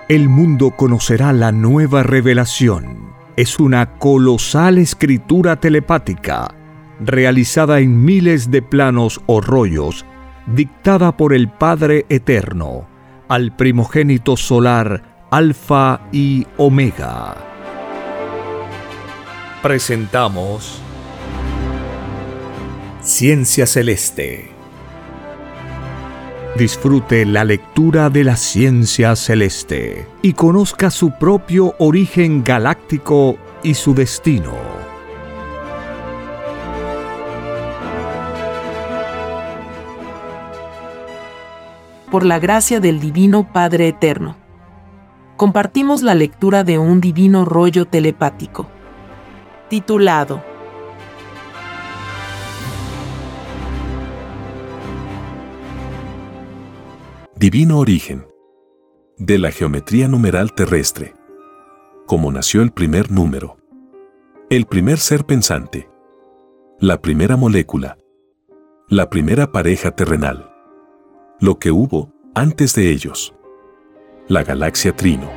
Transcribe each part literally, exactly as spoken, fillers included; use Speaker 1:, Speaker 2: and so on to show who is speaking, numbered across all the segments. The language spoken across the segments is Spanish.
Speaker 1: el mundo conocerá la nueva revelación. Es una colosal escritura telepática, realizada en miles de planos o rollos, dictada por el Padre Eterno, al primogénito solar Alfa y Omega. Presentamos Ciencia Celeste. Disfrute la lectura de la ciencia celeste y conozca su propio origen galáctico y su destino.
Speaker 2: Por la gracia del Divino Padre Eterno, compartimos la lectura de un divino rollo telepático, titulado
Speaker 3: Divino origen de la geometría numeral terrestre. Cómo nació el primer número, el primer ser pensante, la primera molécula, la primera pareja terrenal, lo que hubo antes de ellos, la galaxia Trino.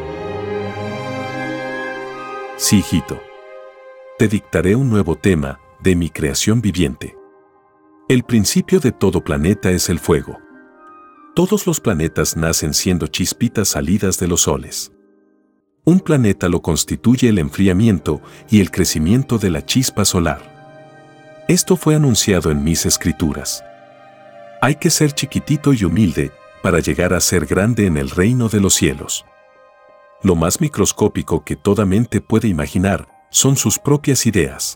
Speaker 3: Sí, hijito, te dictaré un nuevo tema de mi creación viviente. El principio de todo planeta es el fuego. Todos los planetas nacen siendo chispitas salidas de los soles. Un planeta lo constituye el enfriamiento y el crecimiento de la chispa solar. Esto fue anunciado en mis escrituras. Hay que ser chiquitito y humilde para llegar a ser grande en el reino de los cielos. Lo más microscópico que toda mente puede imaginar son sus propias ideas.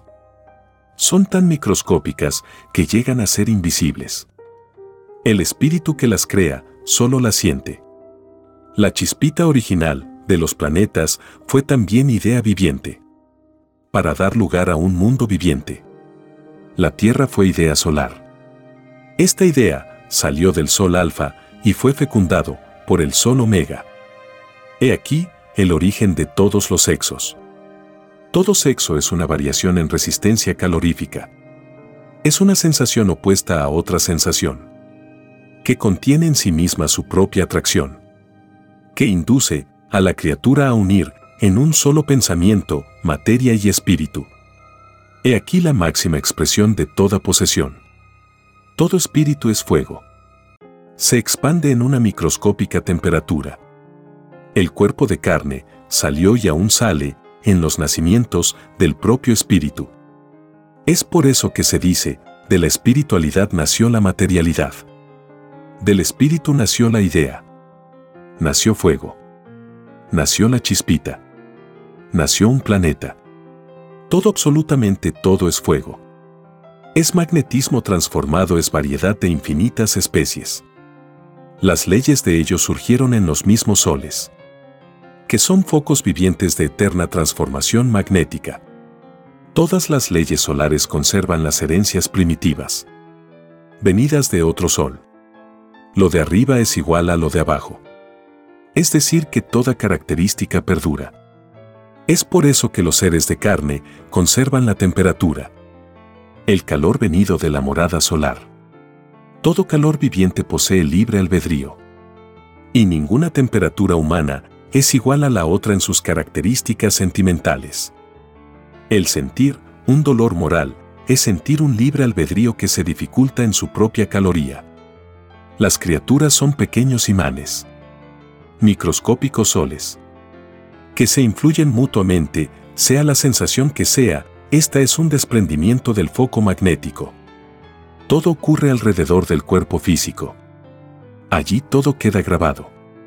Speaker 3: Son tan microscópicas que llegan a ser invisibles. El espíritu que las crea solo las siente. La chispita original de los planetas fue también idea viviente, para dar lugar a un mundo viviente. La Tierra fue idea solar. Esta idea salió del Sol Alfa y fue fecundado por el Sol Omega. He aquí el origen de todos los sexos. Todo sexo es una variación en resistencia calorífica. Es una sensación opuesta a otra sensación, que contiene en sí misma su propia atracción, que induce a la criatura a unir en un solo pensamiento, materia y espíritu. He aquí la máxima expresión de toda posesión. Todo espíritu es fuego. Se expande en una microscópica temperatura. El cuerpo de carne salió y aún sale en los nacimientos del propio espíritu. Es por eso que se dice, de la espiritualidad nació la materialidad. Del espíritu nació la idea. Nació fuego. Nació la chispita. Nació un planeta. Todo, absolutamente todo es fuego. Es magnetismo transformado, es variedad de infinitas especies. Las leyes de ellos surgieron en los mismos soles, que son focos vivientes de eterna transformación magnética. Todas las leyes solares conservan las herencias primitivas, venidas de otro sol. Lo de arriba es igual a lo de abajo. Es decir, que toda característica perdura. Es por eso que los seres de carne conservan la temperatura, el calor venido de la morada solar. Todo calor viviente posee libre albedrío. Y ninguna temperatura humana es igual a la otra en sus características sentimentales. El sentir un dolor moral es sentir un libre albedrío que se dificulta en su propia caloría. Las criaturas son pequeños imanes, microscópicos soles, que se influyen mutuamente, sea la sensación que sea, esta es un desprendimiento del foco magnético. Todo ocurre alrededor del cuerpo físico. Allí todo queda grabado.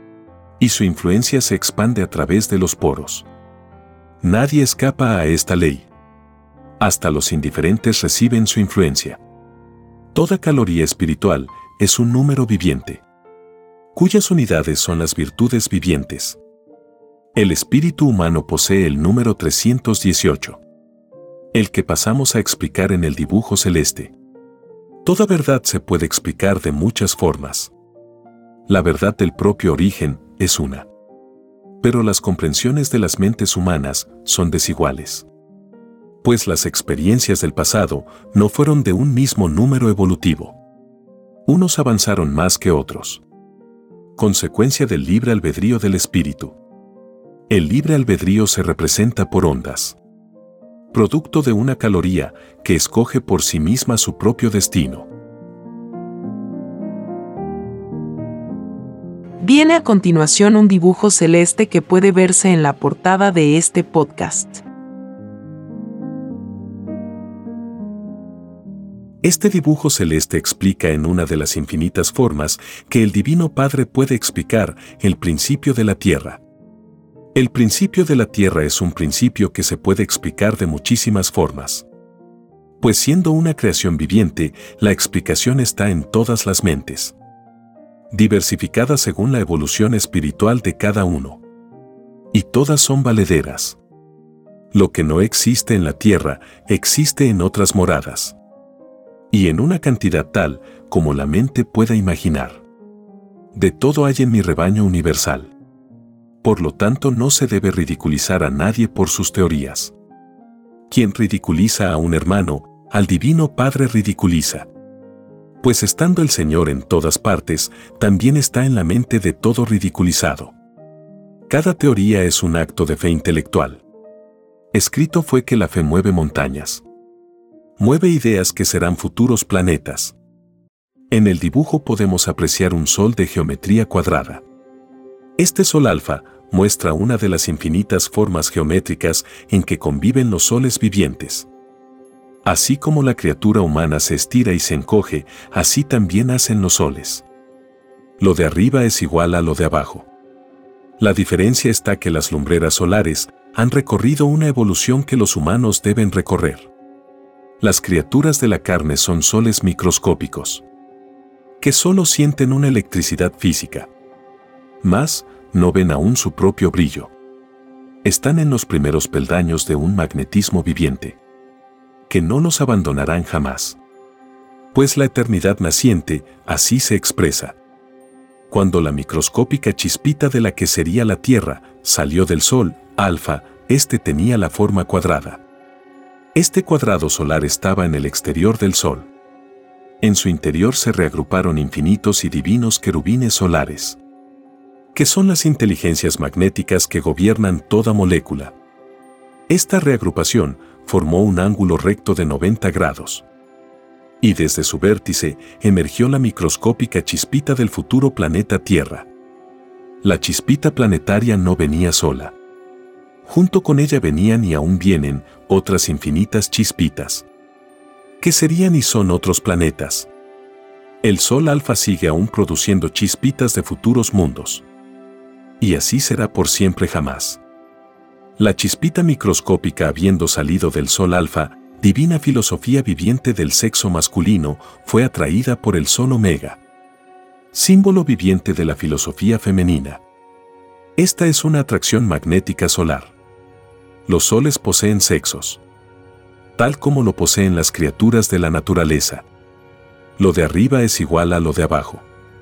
Speaker 3: Y su influencia se expande a través de los poros. Nadie escapa a esta ley. Hasta los indiferentes reciben su influencia. Toda caloría espiritual es un número viviente, cuyas unidades son las virtudes vivientes. El espíritu humano posee el número trescientos dieciocho, el que pasamos a explicar en el dibujo celeste. Toda verdad se puede explicar de muchas formas. La verdad del propio origen es una. Pero las comprensiones de las mentes humanas son desiguales. Pues las experiencias del pasado no fueron de un mismo número evolutivo. Unos avanzaron más que otros. consecuencia del libre albedrío del espíritu. El libre albedrío se representa por ondas, producto de una caloría que escoge por sí misma su propio destino.
Speaker 2: Viene a continuación un dibujo celeste que puede verse en la portada de este podcast.
Speaker 3: Este dibujo celeste explica en una de las infinitas formas que el Divino Padre puede explicar el principio de la Tierra. El principio de la Tierra es un principio que se puede explicar de muchísimas formas. Pues siendo una creación viviente, la explicación está en todas las mentes, diversificada según la evolución espiritual de cada uno. Y todas son valederas. Lo que no existe en la Tierra, existe en otras moradas. Y en una cantidad tal como la mente pueda imaginar. De todo hay en mi rebaño universal. Por lo tanto, no se debe ridiculizar a nadie por sus teorías. Quien ridiculiza a un hermano, al Divino Padre ridiculiza. Pues estando el Señor en todas partes, también está en la mente de todo ridiculizado. Cada teoría es un acto de fe intelectual. Escrito fue que la fe mueve montañas. Mueve ideas que serán futuros planetas. En el dibujo podemos apreciar un sol de geometría cuadrada. Este sol alfa muestra una de las infinitas formas geométricas en que conviven los soles vivientes. Así como la criatura humana se estira y se encoge, así también hacen los soles. Lo de arriba es igual a lo de abajo. La diferencia está que las lumbreras solares han recorrido una evolución que los humanos deben recorrer. Las criaturas de la carne son soles microscópicos, que solo sienten una electricidad física. Mas, no ven aún su propio brillo. Están en los primeros peldaños de un magnetismo viviente, que no los abandonarán jamás. Pues la eternidad naciente así se expresa. Cuando la microscópica chispita de la que sería la Tierra salió del Sol, Alfa, este tenía la forma cuadrada. Este cuadrado solar estaba en el exterior del Sol. En su interior se reagruparon infinitos y divinos querubines solares, que son las inteligencias magnéticas que gobiernan toda molécula. Esta reagrupación formó un ángulo recto de noventa grados. Y desde su vértice emergió la microscópica chispita del futuro planeta Tierra. La chispita planetaria no venía sola. Junto con ella venían y aún vienen otras infinitas chispitas, que serían y son otros planetas. El Sol Alfa sigue aún produciendo chispitas de futuros mundos. Y así será por siempre jamás. La chispita microscópica habiendo salido del Sol Alfa, divina filosofía viviente del sexo masculino, fue atraída por el Sol Omega, símbolo viviente de la filosofía femenina. Esta es una atracción magnética solar. Los soles poseen sexos, tal como lo poseen las criaturas de la naturaleza. Lo de arriba es igual a lo de abajo.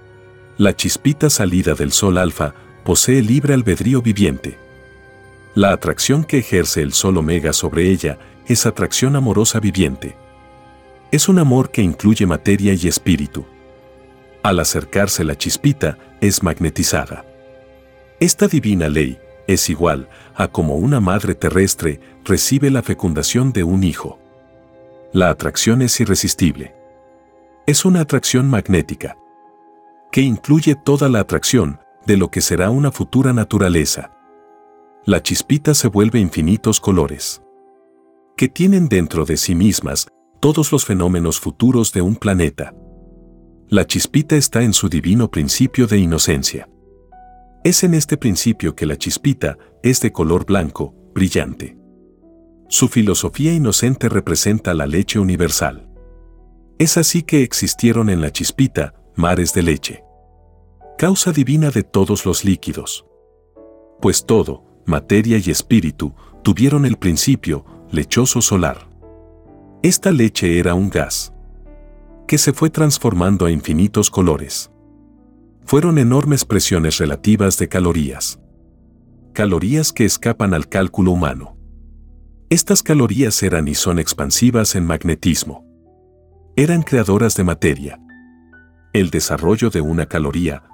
Speaker 3: La chispita salida del Sol Alfa posee libre albedrío viviente. La atracción que ejerce el Sol Omega sobre ella es atracción amorosa viviente. Es un amor que incluye materia y espíritu. Al acercarse la chispita, es magnetizada. Esta divina ley es igual a como una madre terrestre recibe la fecundación de un hijo. La atracción es irresistible. Es una atracción magnética, que incluye toda la atracción de lo que será una futura naturaleza. La chispita se vuelve infinitos colores, que tienen dentro de sí mismas todos los fenómenos futuros de un planeta. La chispita está en su divino principio de inocencia. Es en este principio que la chispita es de color blanco, brillante. Su filosofía inocente representa la leche universal. Es así que existieron en la chispita mares de leche, causa divina de todos los líquidos. Pues todo, materia y espíritu, tuvieron el principio lechoso solar. Esta leche era un gas, que se fue transformando a infinitos colores. Fueron enormes presiones relativas de calorías. Calorías que escapan al cálculo humano. Estas calorías eran y son expansivas en magnetismo. Eran creadoras de materia. El desarrollo de una caloría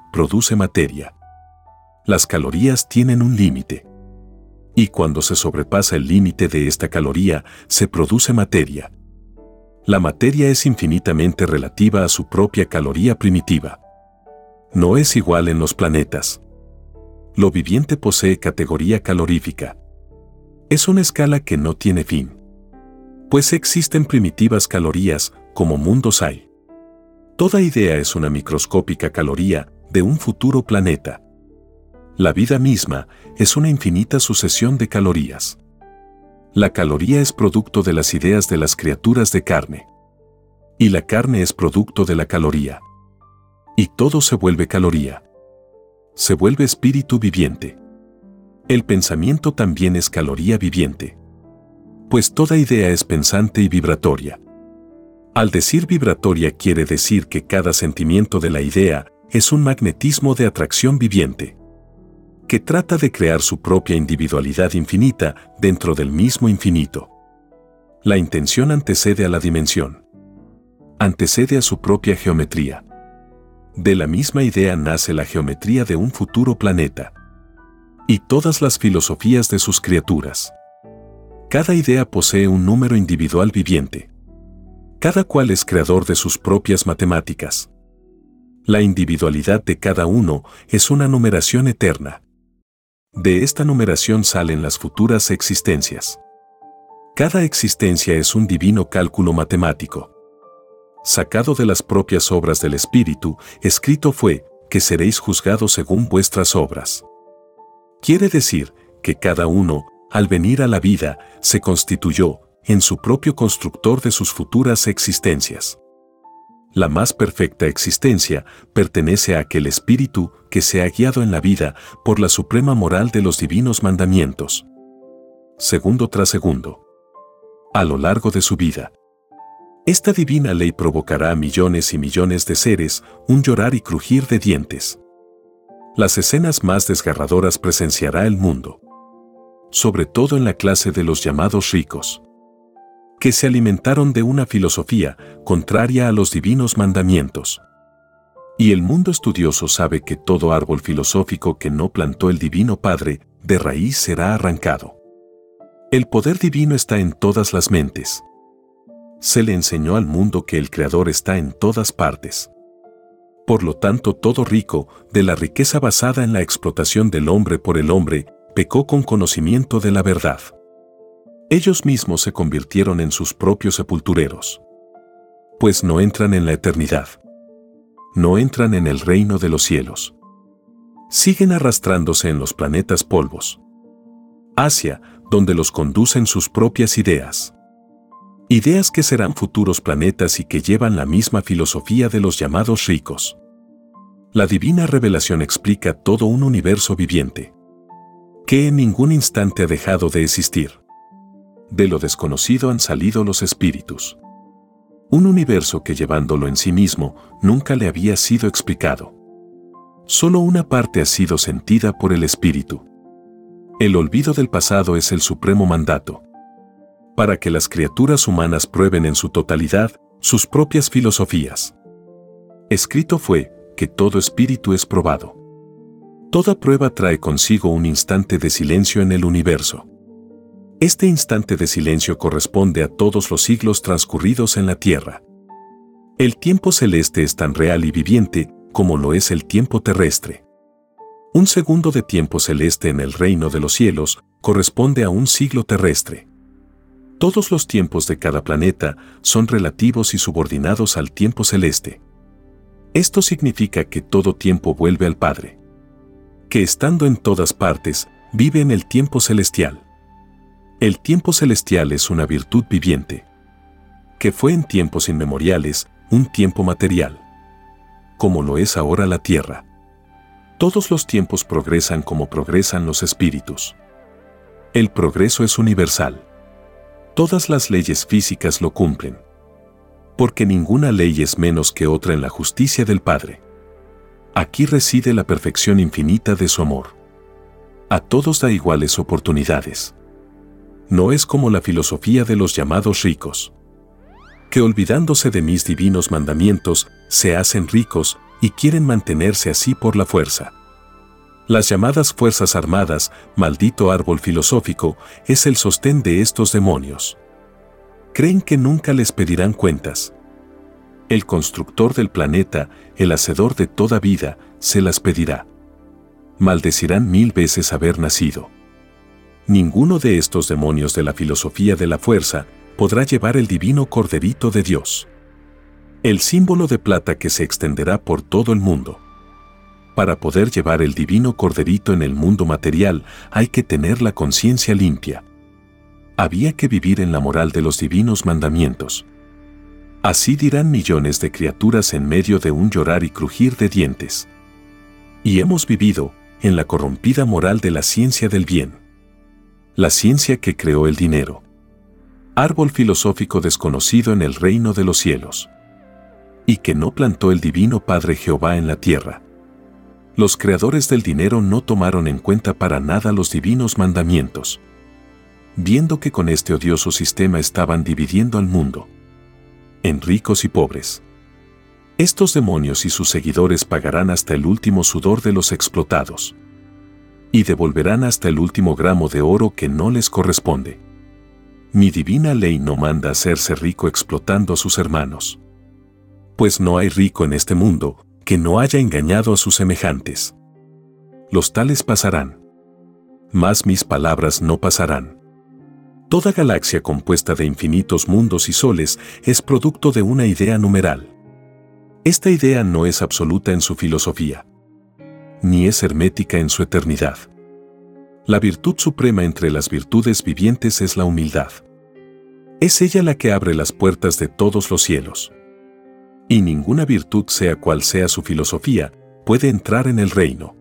Speaker 3: produce materia. Las calorías tienen un límite. Y cuando se sobrepasa el límite de esta caloría, se produce materia. La materia es infinitamente relativa a su propia caloría primitiva. No es igual en los planetas. Lo viviente posee categoría calorífica. Es una escala que no tiene fin. Pues existen primitivas calorías, como mundos hay. Toda idea es una microscópica caloría de un futuro planeta. La vida misma es una infinita sucesión de calorías. La caloría es producto de las ideas de las criaturas de carne. Y la carne es producto de la caloría. Y todo se vuelve caloría. Se vuelve espíritu viviente. El pensamiento también es caloría viviente. Pues toda idea es pensante y vibratoria. Al decir vibratoria quiere decir que cada sentimiento de la idea es un magnetismo de atracción viviente, que trata de crear su propia individualidad infinita dentro del mismo infinito. La intención antecede a la dimensión. Antecede a su propia geometría. De la misma idea nace la geometría de un futuro planeta. Y todas las filosofías de sus criaturas. Cada idea posee un número individual viviente. Cada cual es creador de sus propias matemáticas. La individualidad de cada uno es una numeración eterna. De esta numeración salen las futuras existencias. Cada existencia es un divino cálculo matemático. Sacado de las propias obras del Espíritu, escrito fue, que seréis juzgados según vuestras obras. Quiere decir, que cada uno, al venir a la vida, se constituyó en su propio constructor de sus futuras existencias. La más perfecta existencia pertenece a aquel espíritu que se ha guiado en la vida por la suprema moral de los divinos mandamientos. Segundo tras segundo. A lo largo de su vida. Esta divina ley provocará a millones y millones de seres un llorar y crujir de dientes. Las escenas más desgarradoras presenciará el mundo. Sobre todo en la clase de los llamados ricos, que se alimentaron de una filosofía contraria a los divinos mandamientos. Y el mundo estudioso sabe que todo árbol filosófico que no plantó el Divino Padre, de raíz será arrancado. El poder divino está en todas las mentes. Se le enseñó al mundo que el Creador está en todas partes. Por lo tanto, todo rico, de la riqueza basada en la explotación del hombre por el hombre, pecó con conocimiento de la verdad. Ellos mismos se convirtieron en sus propios sepultureros. Pues no entran en la eternidad. No entran en el reino de los cielos. Siguen arrastrándose en los planetas polvos. Hacia, donde los conducen sus propias ideas. Ideas que serán futuros planetas y que llevan la misma filosofía de los llamados ricos. La divina revelación explica todo un universo viviente, que en ningún instante ha dejado de existir. De lo desconocido han salido los espíritus. Un universo que llevándolo en sí mismo nunca le había sido explicado. Solo una parte ha sido sentida por el espíritu. El olvido del pasado es el supremo mandato. Para que las criaturas humanas prueben en su totalidad sus propias filosofías. Escrito fue que todo espíritu es probado. Toda prueba trae consigo un instante de silencio en el universo. Este instante de silencio corresponde a todos los siglos transcurridos en la Tierra. El tiempo celeste es tan real y viviente como lo es el tiempo terrestre. Un segundo de tiempo celeste en el reino de los cielos corresponde a un siglo terrestre. Todos los tiempos de cada planeta son relativos y subordinados al tiempo celeste. Esto significa que todo tiempo vuelve al Padre, que estando en todas partes, vive en el tiempo celestial. El tiempo celestial es una virtud viviente, que fue en tiempos inmemoriales un tiempo material, como lo es ahora la Tierra. Todos los tiempos progresan como progresan los espíritus. El progreso es universal. Todas las leyes físicas lo cumplen, porque ninguna ley es menos que otra en la justicia del Padre. Aquí reside la perfección infinita de su amor. A todos da iguales oportunidades. No es como la filosofía de los llamados ricos, que olvidándose de mis divinos mandamientos, se hacen ricos y quieren mantenerse así por la fuerza. Las llamadas fuerzas armadas, maldito árbol filosófico, es el sostén de estos demonios. Creen que nunca les pedirán cuentas. El constructor del planeta, el hacedor de toda vida, se las pedirá. Maldecirán mil veces haber nacido. Ninguno de estos demonios de la filosofía de la fuerza podrá llevar el divino corderito de Dios. El símbolo de plata que se extenderá por todo el mundo. Para poder llevar el divino corderito en el mundo material hay que tener la conciencia limpia. Había que vivir en la moral de los divinos mandamientos. Así dirán millones de criaturas en medio de un llorar y crujir de dientes. Y hemos vivido en la corrompida moral de la ciencia del bien. La ciencia que creó el dinero. Árbol filosófico desconocido en el reino de los cielos. Y que no plantó el divino Padre Jehová en la tierra. Los creadores del dinero no tomaron en cuenta para nada los divinos mandamientos. Viendo que con este odioso sistema estaban dividiendo al mundo en ricos y pobres. Estos demonios y sus seguidores pagarán hasta el último sudor de los explotados. Y devolverán hasta el último gramo de oro que no les corresponde. Mi divina ley no manda hacerse rico explotando a sus hermanos. Pues no hay rico en este mundo que no haya engañado a sus semejantes. Los tales pasarán. Mas mis palabras no pasarán. Toda galaxia compuesta de infinitos mundos y soles es producto de una idea numeral. Esta idea no es absoluta en su filosofía, ni es hermética en su eternidad. La virtud suprema entre las virtudes vivientes es la humildad. Es ella la que abre las puertas de todos los cielos. Y ninguna virtud, sea cual sea su filosofía, puede entrar en el reino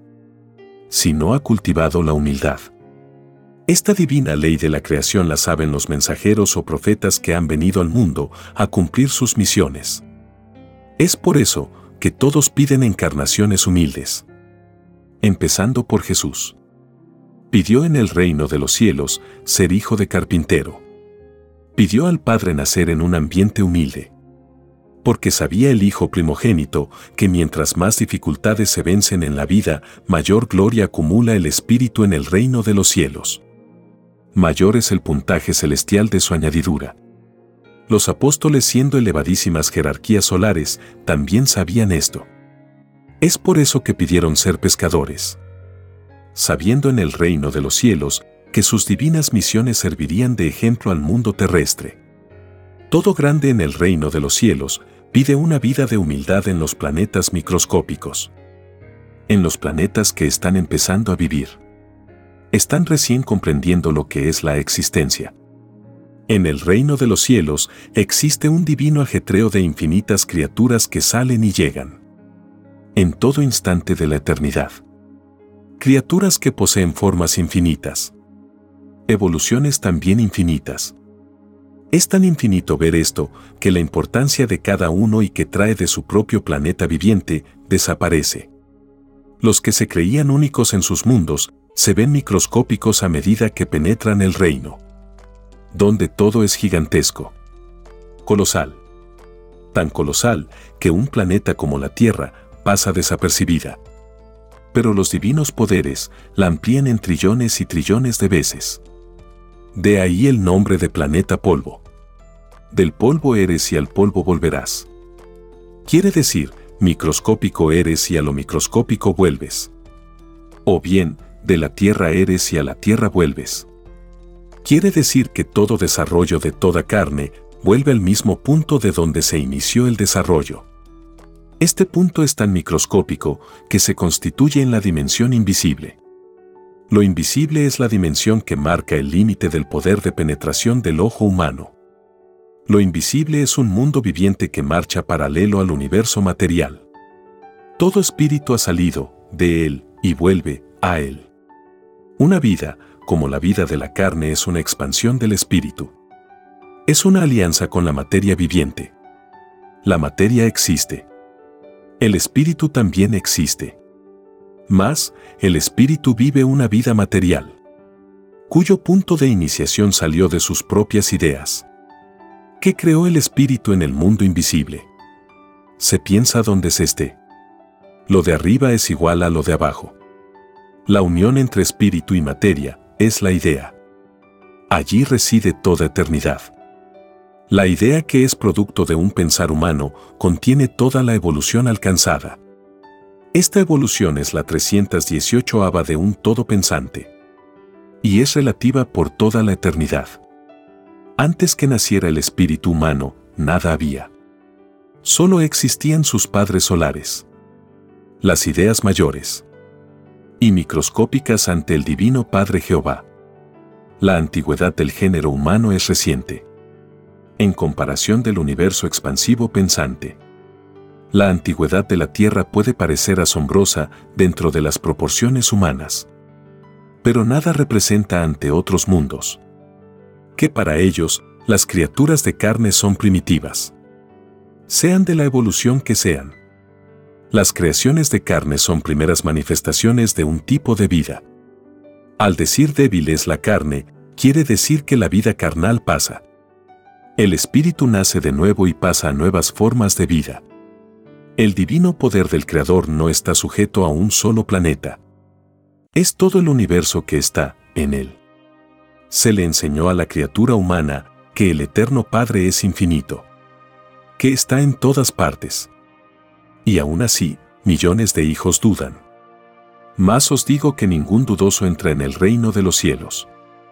Speaker 3: si no ha cultivado la humildad. Esta divina ley de la creación la saben los mensajeros o profetas que han venido al mundo a cumplir sus misiones. Es por eso que todos piden encarnaciones humildes. Empezando por Jesús. Pidió en el reino de los cielos ser hijo de carpintero. Pidió al Padre nacer en un ambiente humilde. Porque sabía el Hijo primogénito que mientras más dificultades se vencen en la vida, mayor gloria acumula el Espíritu en el reino de los cielos. Mayor es el puntaje celestial de su añadidura. Los apóstoles, siendo elevadísimas jerarquías solares, también sabían esto. Es por eso que pidieron ser pescadores. Sabiendo en el reino de los cielos que sus divinas misiones servirían de ejemplo al mundo terrestre. Todo grande en el reino de los cielos pide una vida de humildad en los planetas microscópicos. En los planetas que están empezando a vivir. Están recién comprendiendo lo que es la existencia. En el reino de los cielos existe un divino ajetreo de infinitas criaturas que salen y llegan. En todo instante de la eternidad. Criaturas que poseen formas infinitas. Evoluciones también infinitas. Es tan infinito ver esto, que la importancia de cada uno y que trae de su propio planeta viviente, desaparece. Los que se creían únicos en sus mundos, se ven microscópicos a medida que penetran el reino. Donde todo es gigantesco. Colosal. Tan colosal, que un planeta como la Tierra pasa desapercibida. Pero los divinos poderes la amplían en trillones y trillones de veces. De ahí el nombre de planeta polvo. Del polvo eres y al polvo volverás. Quiere decir, microscópico eres y a lo microscópico vuelves. O bien, de la tierra eres y a la tierra vuelves. Quiere decir que todo desarrollo de toda carne vuelve al mismo punto de donde se inició el desarrollo. Este punto es tan microscópico que se constituye en la dimensión invisible. Lo invisible es la dimensión que marca el límite del poder de penetración del ojo humano. Lo invisible es un mundo viviente que marcha paralelo al universo material. Todo espíritu ha salido de él y vuelve a él. Una vida, como la vida de la carne, es una expansión del espíritu. Es una alianza con la materia viviente. La materia existe. El espíritu también existe. Mas, el espíritu vive una vida material, cuyo punto de iniciación salió de sus propias ideas. ¿Qué creó el espíritu en el mundo invisible? Se piensa donde se esté. Lo de arriba es igual a lo de abajo. La unión entre espíritu y materia es la idea. Allí reside toda eternidad. La idea, que es producto de un pensar humano, contiene toda la evolución alcanzada. Esta evolución es la trescientos dieciochoava de un todo pensante. Y es relativa por toda la eternidad. Antes que naciera el espíritu humano, nada había. Solo existían sus padres solares. Las ideas mayores y microscópicas ante el Divino Padre Jehová. La antigüedad del género humano es reciente, en comparación del universo expansivo pensante. La antigüedad de la Tierra puede parecer asombrosa dentro de las proporciones humanas. Pero nada representa ante otros mundos. Que para ellos, las criaturas de carne son primitivas. Sean de la evolución que sean. Las creaciones de carne son primeras manifestaciones de un tipo de vida. Al decir débil es la carne, quiere decir que la vida carnal pasa. El espíritu nace de nuevo y pasa a nuevas formas de vida. El divino poder del Creador no está sujeto a un solo planeta. Es todo el universo que está en él. Se le enseñó a la criatura humana que el Eterno Padre es infinito, que está en todas partes. Y aún así, millones de hijos dudan. Mas os digo que ningún dudoso entra en el reino de los cielos.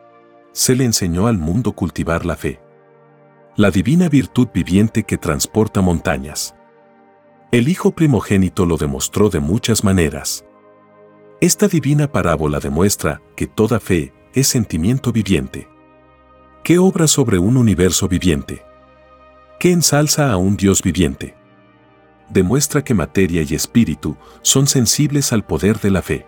Speaker 3: Se le enseñó al mundo cultivar la fe, la divina virtud viviente que transporta montañas. El Hijo primogénito lo demostró de muchas maneras. Esta divina parábola demuestra que toda fe es sentimiento viviente, que obra sobre un universo viviente, que ensalza a un Dios viviente. Demuestra que materia y espíritu son sensibles al poder de la fe.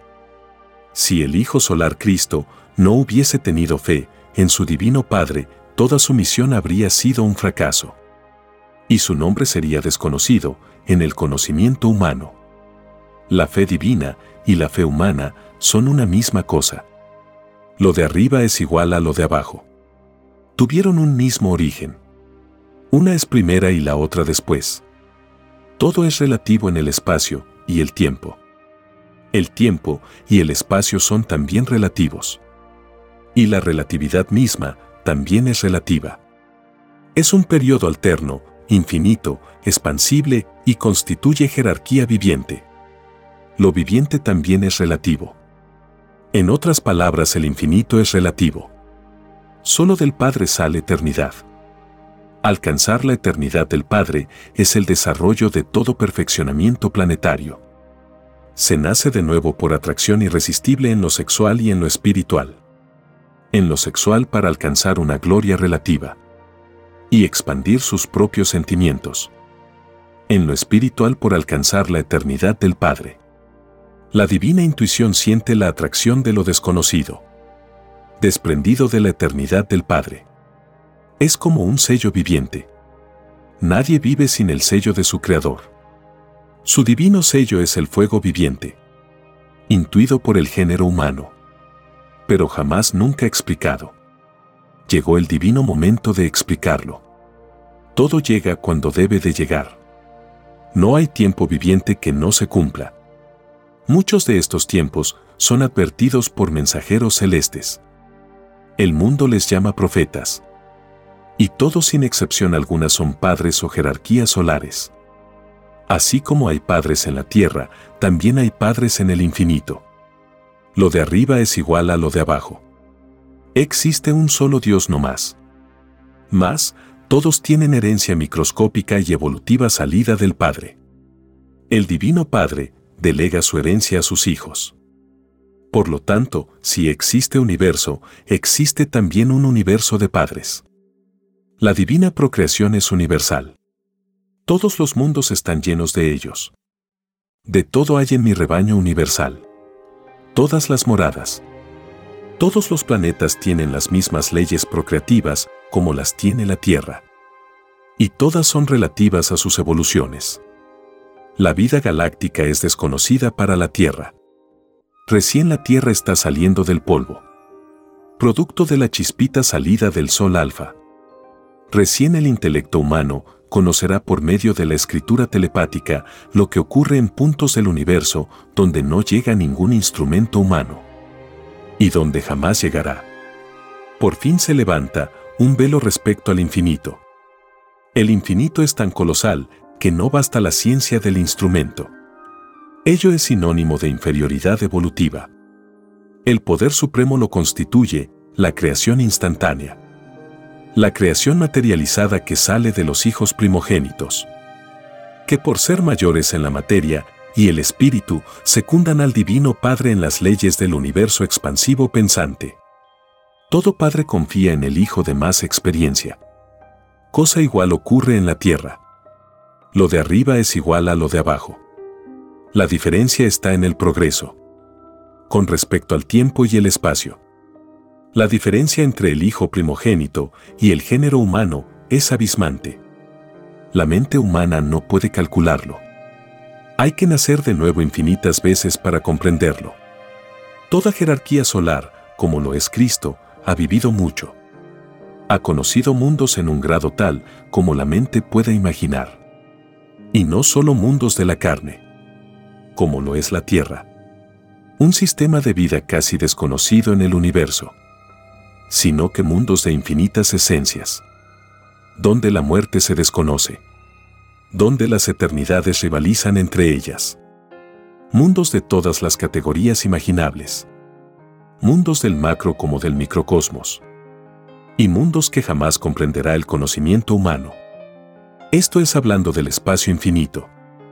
Speaker 3: Si el Hijo solar Cristo no hubiese tenido fe en su Divino Padre, toda su misión habría sido un fracaso. Y su nombre sería desconocido en el conocimiento humano. La fe divina y la fe humana son una misma cosa. Lo de arriba es igual a lo de abajo. Tuvieron un mismo origen. Una es primera y la otra después. Todo es relativo en el espacio y el tiempo. El tiempo y el espacio son también relativos. Y la relatividad misma también es relativa. Es un periodo alterno, infinito, expansible y constituye jerarquía viviente. Lo viviente también es relativo. En otras palabras, el infinito es relativo. Solo del Padre sale eternidad. Alcanzar la eternidad del Padre es el desarrollo de todo perfeccionamiento planetario. Se nace de nuevo por atracción irresistible en lo sexual y en lo espiritual. En lo sexual para alcanzar una gloria relativa y expandir sus propios sentimientos. En lo espiritual por alcanzar la eternidad del Padre. La divina intuición siente la atracción de lo desconocido, desprendido de la eternidad del Padre. Es como un sello viviente. Nadie vive sin el sello de su Creador. Su divino sello es el fuego viviente, intuido por el género humano, pero jamás nunca explicado. Llegó el divino momento de explicarlo. Todo llega cuando debe de llegar. No hay tiempo viviente que no se cumpla. Muchos de estos tiempos son advertidos por mensajeros celestes. El mundo les llama profetas. Y todos sin excepción alguna son padres o jerarquías solares. Así como hay padres en la tierra, también hay padres en el infinito. Lo de arriba es igual a lo de abajo. Existe un solo Dios no más. Mas, todos tienen herencia microscópica y evolutiva salida del Padre. El Divino Padre delega su herencia a sus hijos. Por lo tanto, si existe universo, existe también un universo de padres. La divina procreación es universal. Todos los mundos están llenos de ellos. De todo hay en mi rebaño universal. Todas las moradas. Todos los planetas tienen las mismas leyes procreativas como las tiene la Tierra. Y todas son relativas a sus evoluciones. La vida galáctica es desconocida para la Tierra. Recién la Tierra está saliendo del polvo, producto de la chispita salida del Sol Alfa. Recién el intelecto humano conocerá por medio de la escritura telepática lo que ocurre en puntos del universo donde no llega ningún instrumento humano. Y donde jamás llegará. Por fin se levanta un velo respecto al infinito. El infinito es tan colosal que no basta la ciencia del instrumento. Ello es sinónimo de inferioridad evolutiva. El poder supremo lo constituye la creación instantánea. La creación materializada que sale de los hijos primogénitos. Que por ser mayores en la materia y el espíritu secundan al Divino Padre en las leyes del universo expansivo pensante. Todo padre confía en el hijo de más experiencia. Cosa igual ocurre en la tierra. Lo de arriba es igual a lo de abajo. La diferencia está en el progreso. Con respecto al tiempo y el espacio. La diferencia entre el hijo primogénito y el género humano es abismante. La mente humana no puede calcularlo. Hay que nacer de nuevo infinitas veces para comprenderlo. Toda jerarquía solar, como lo es Cristo, ha vivido mucho. Ha conocido mundos en un grado tal como la mente puede imaginar. Y no solo mundos de la carne, como lo es la Tierra. Un sistema de vida casi desconocido en el universo. Sino que mundos de infinitas esencias. Donde la muerte se desconoce. Donde las eternidades rivalizan entre ellas. Mundos de todas las categorías imaginables. Mundos del macro como del microcosmos. Y mundos que jamás comprenderá el conocimiento humano. Esto es hablando del espacio infinito.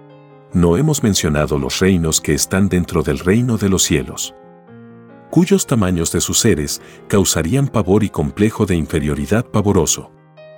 Speaker 3: No hemos mencionado los reinos que están dentro del reino de los cielos, cuyos tamaños de sus seres causarían pavor y complejo de inferioridad pavoroso.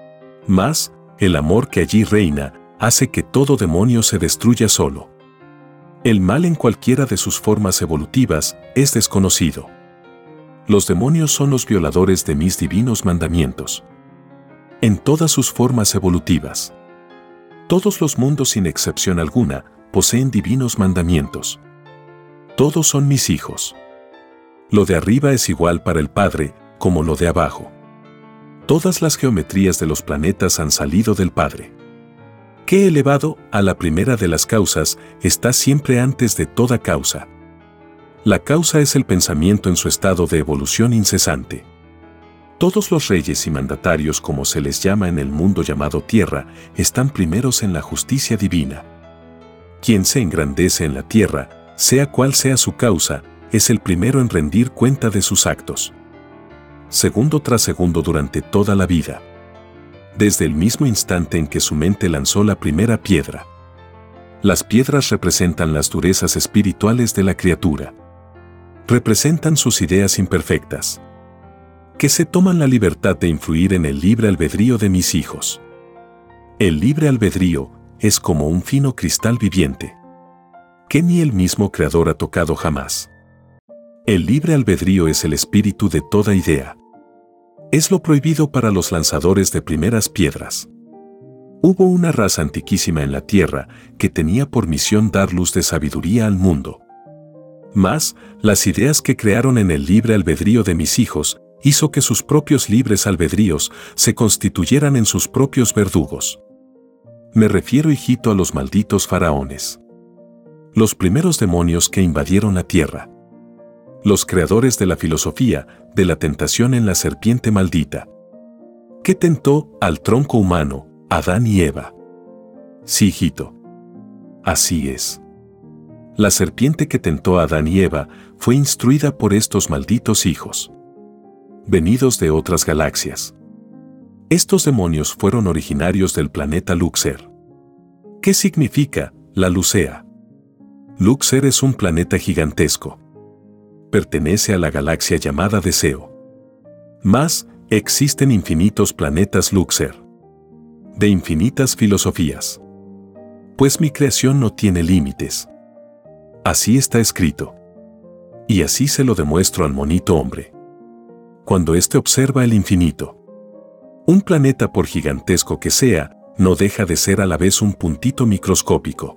Speaker 3: Mas, el amor que allí reina hace que todo demonio se destruya solo. El mal en cualquiera de sus formas evolutivas es desconocido. Los demonios son los violadores de mis divinos mandamientos. En todas sus formas evolutivas. Todos los mundos sin excepción alguna poseen divinos mandamientos. Todos son mis hijos. Lo de arriba es igual para el Padre como lo de abajo. Todas las geometrías de los planetas han salido del Padre. Que elevado a la primera de las causas está siempre antes de toda causa. La causa es el pensamiento en su estado de evolución incesante. Todos los reyes y mandatarios, como se les llama en el mundo llamado tierra, están primeros en la justicia divina. Quien se engrandece en la tierra, sea cual sea su causa, es el primero en rendir cuenta de sus actos. Segundo tras segundo durante toda la vida. Desde el mismo instante en que su mente lanzó la primera piedra. Las piedras representan las durezas espirituales de la criatura. Representan sus ideas imperfectas, que se toman la libertad de influir en el libre albedrío de mis hijos. El libre albedrío es como un fino cristal viviente, que ni el mismo Creador ha tocado jamás. El libre albedrío es el espíritu de toda idea. Es lo prohibido para los lanzadores de primeras piedras. Hubo una raza antiquísima en la tierra que tenía por misión dar luz de sabiduría al mundo. Mas, las ideas que crearon en el libre albedrío de mis hijos hizo que sus propios libres albedríos se constituyeran en sus propios verdugos. Me refiero, hijito, a los malditos faraones. Los primeros demonios que invadieron la tierra. Los creadores de la filosofía de la tentación en la serpiente maldita. Que tentó al tronco humano, Adán y Eva. Sí, hijito. Así es. La serpiente que tentó a Adán y Eva fue instruida por estos malditos hijos, venidos de otras galaxias. Estos demonios fueron originarios del planeta Luxor. ¿Qué significa la Lucea? Luxor es un planeta gigantesco. Pertenece a la galaxia llamada Deseo. Mas, existen infinitos planetas Luxor. De infinitas filosofías. Pues mi creación no tiene límites. Así está escrito. Y así se lo demuestro al monito hombre. Cuando éste observa el infinito. Un planeta, por gigantesco que sea, no deja de ser a la vez un puntito microscópico.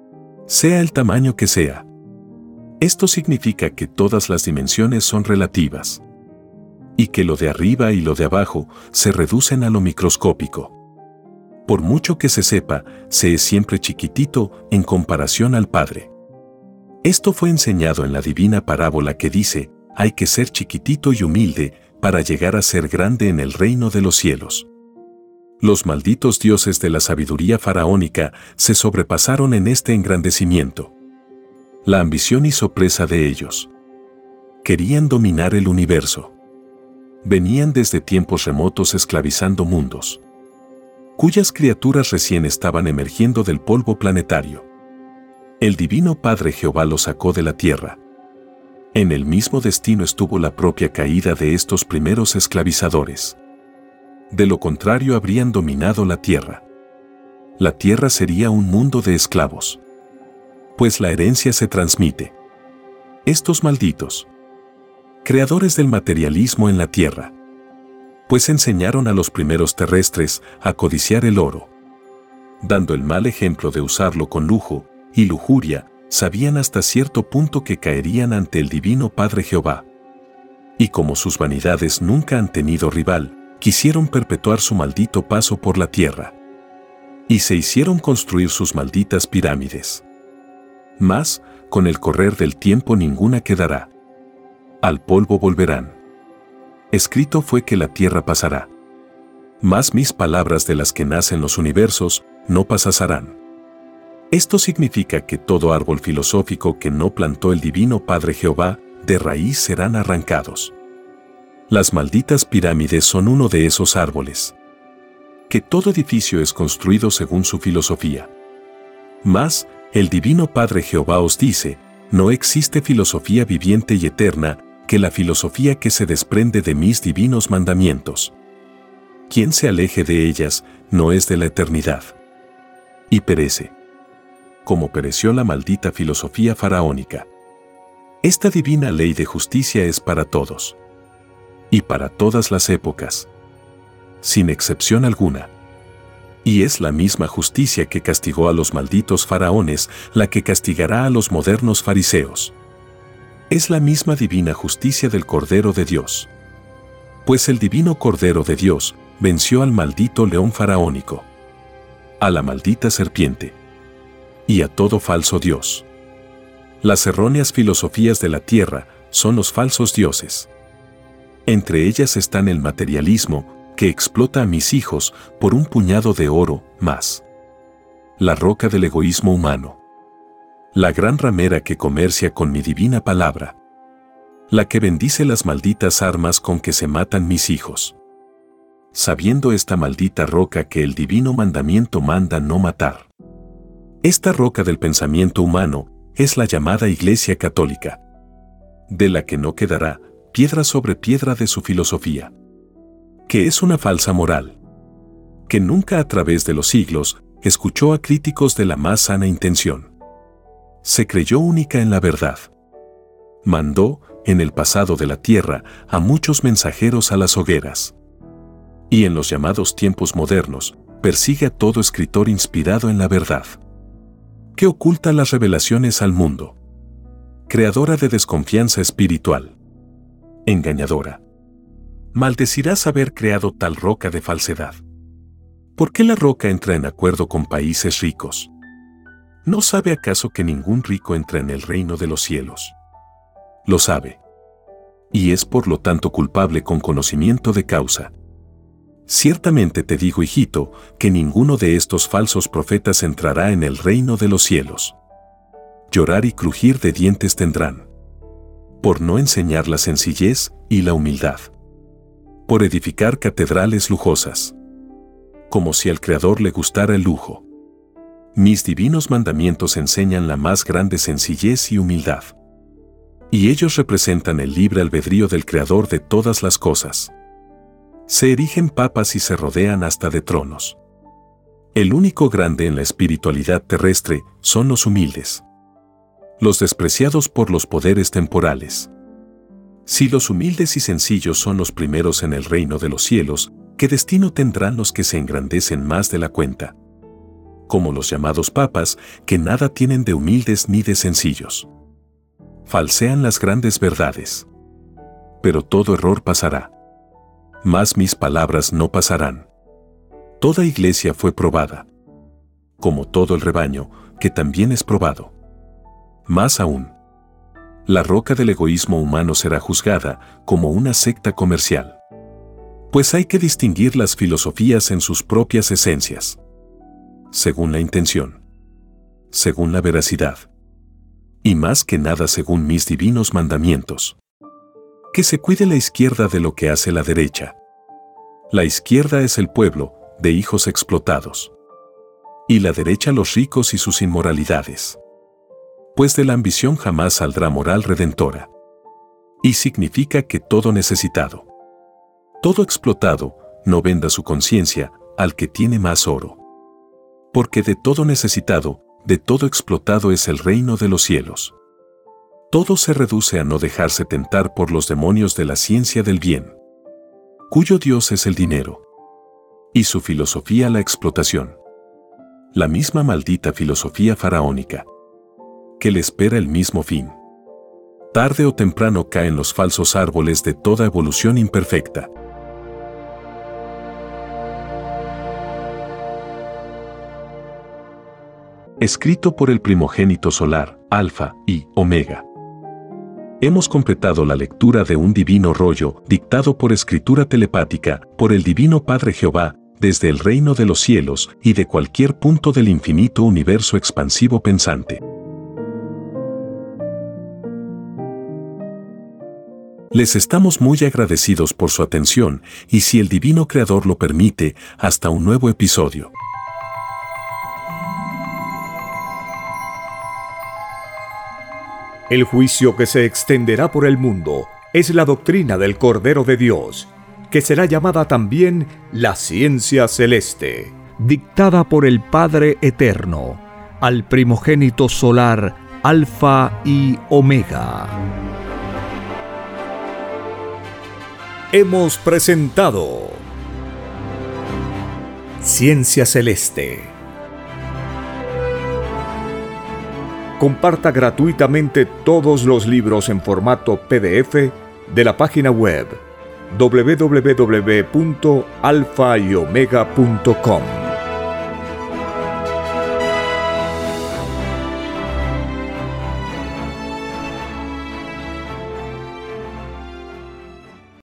Speaker 3: Sea el tamaño que sea. Esto significa que todas las dimensiones son relativas. Y que lo de arriba y lo de abajo se reducen a lo microscópico. Por mucho que se sepa, se es siempre chiquitito en comparación al Padre. Esto fue enseñado en la divina parábola que dice, hay que ser chiquitito y humilde para llegar a ser grande en el reino de los cielos. Los malditos dioses de la sabiduría faraónica se sobrepasaron en este engrandecimiento. La ambición hizo presa de ellos. Querían dominar el universo. Venían desde tiempos remotos esclavizando mundos, cuyas criaturas recién estaban emergiendo del polvo planetario. El Divino Padre Jehová los sacó de la tierra. En el mismo destino estuvo la propia caída de estos primeros esclavizadores. De lo contrario habrían dominado la tierra. La tierra sería un mundo de esclavos. Pues la herencia se transmite. Estos malditos, creadores del materialismo en la tierra, pues enseñaron a los primeros terrestres a codiciar el oro. Dando el mal ejemplo de usarlo con lujo y lujuria, sabían hasta cierto punto que caerían ante el Divino Padre Jehová. Y como sus vanidades nunca han tenido rival, quisieron perpetuar su maldito paso por la tierra. Y se hicieron construir sus malditas pirámides. Mas, con el correr del tiempo ninguna quedará. Al polvo volverán. Escrito fue que la tierra pasará. Mas mis palabras de las que nacen los universos no pasarán. Esto significa que todo árbol filosófico que no plantó el Divino Padre Jehová, de raíz serán arrancados. Las malditas pirámides son uno de esos árboles. Que todo edificio es construido según su filosofía. Mas, el Divino Padre Jehová os dice, no existe filosofía viviente y eterna, que la filosofía que se desprende de mis divinos mandamientos. Quien se aleje de ellas, no es de la eternidad. Y perece. Como pereció la maldita filosofía faraónica. Esta divina ley de justicia es para todos. Y para todas las épocas. Sin excepción alguna. Y es la misma justicia que castigó a los malditos faraones, la que castigará a los modernos fariseos. Es la misma divina justicia del Cordero de Dios. Pues el divino Cordero de Dios venció al maldito león faraónico, a la maldita serpiente y a todo falso dios. Las erróneas filosofías de la tierra son los falsos dioses. Entre ellas están el materialismo, que explota a mis hijos por un puñado de oro más. La roca del egoísmo humano. La gran ramera que comercia con mi divina palabra. La que bendice las malditas armas con que se matan mis hijos. Sabiendo esta maldita roca que el divino mandamiento manda no matar. Esta roca del pensamiento humano es la llamada Iglesia Católica, de la que no quedará piedra sobre piedra de su filosofía, que es una falsa moral, que nunca a través de los siglos escuchó a críticos de la más sana intención. Se creyó única en la verdad. Mandó, en el pasado de la tierra, a muchos mensajeros a las hogueras. Y en los llamados tiempos modernos, persigue a todo escritor inspirado en la verdad, que oculta las revelaciones al mundo. Creadora de desconfianza espiritual. Engañadora. Maldecirás haber creado tal roca de falsedad. ¿Por qué la roca entra en acuerdo con países ricos? ¿No sabe acaso que ningún rico entra en el reino de los cielos? Lo sabe. Y es por lo tanto culpable con conocimiento de causa. Ciertamente te digo, hijito, que ninguno de estos falsos profetas entrará en el reino de los cielos. Llorar y crujir de dientes tendrán. Por no enseñar la sencillez y la humildad. Por edificar catedrales lujosas. Como si al Creador le gustara el lujo. Mis divinos mandamientos enseñan la más grande sencillez y humildad. Y ellos representan el libre albedrío del Creador de todas las cosas. Se erigen papas y se rodean hasta de tronos. El único grande en la espiritualidad terrestre son los humildes. Los despreciados por los poderes temporales. Si los humildes y sencillos son los primeros en el reino de los cielos, ¿qué destino tendrán los que se engrandecen más de la cuenta? Como los llamados papas, que nada tienen de humildes ni de sencillos. Falsean las grandes verdades. Pero todo error pasará. Mas mis palabras no pasarán. Toda iglesia fue probada, como todo el rebaño, que también es probado. Más aún, la roca del egoísmo humano será juzgada como una secta comercial. Pues hay que distinguir las filosofías en sus propias esencias, según la intención, según la veracidad, y más que nada según mis divinos mandamientos. Que se cuide la izquierda de lo que hace la derecha. La izquierda es el pueblo de hijos explotados, y la derecha los ricos y sus inmoralidades. Pues de la ambición jamás saldrá moral redentora. Y significa que todo necesitado, todo explotado, no venda su conciencia al que tiene más oro. Porque de todo necesitado, de todo explotado es el reino de los cielos. Todo se reduce a no dejarse tentar por los demonios de la ciencia del bien, cuyo Dios es el dinero, y su filosofía la explotación. La misma maldita filosofía faraónica, que le espera el mismo fin. Tarde o temprano caen los falsos árboles de toda evolución imperfecta. Escrito por el primogénito solar, Alfa y Omega. Hemos completado la lectura de un divino rollo, dictado por escritura telepática, por el Divino Padre Jehová, desde el reino de los cielos y de cualquier punto del infinito universo expansivo pensante. Les estamos muy agradecidos por su atención y, si el Divino Creador lo permite, hasta un nuevo episodio.
Speaker 1: El juicio que se extenderá por el mundo es la doctrina del Cordero de Dios, que será llamada también la ciencia celeste, dictada por el Padre Eterno, al primogénito solar, Alfa y Omega. Hemos presentado Ciencia Celeste. Comparta gratuitamente todos los libros en formato P D F de la página web doble u doble u doble u punto alfa y omega punto com.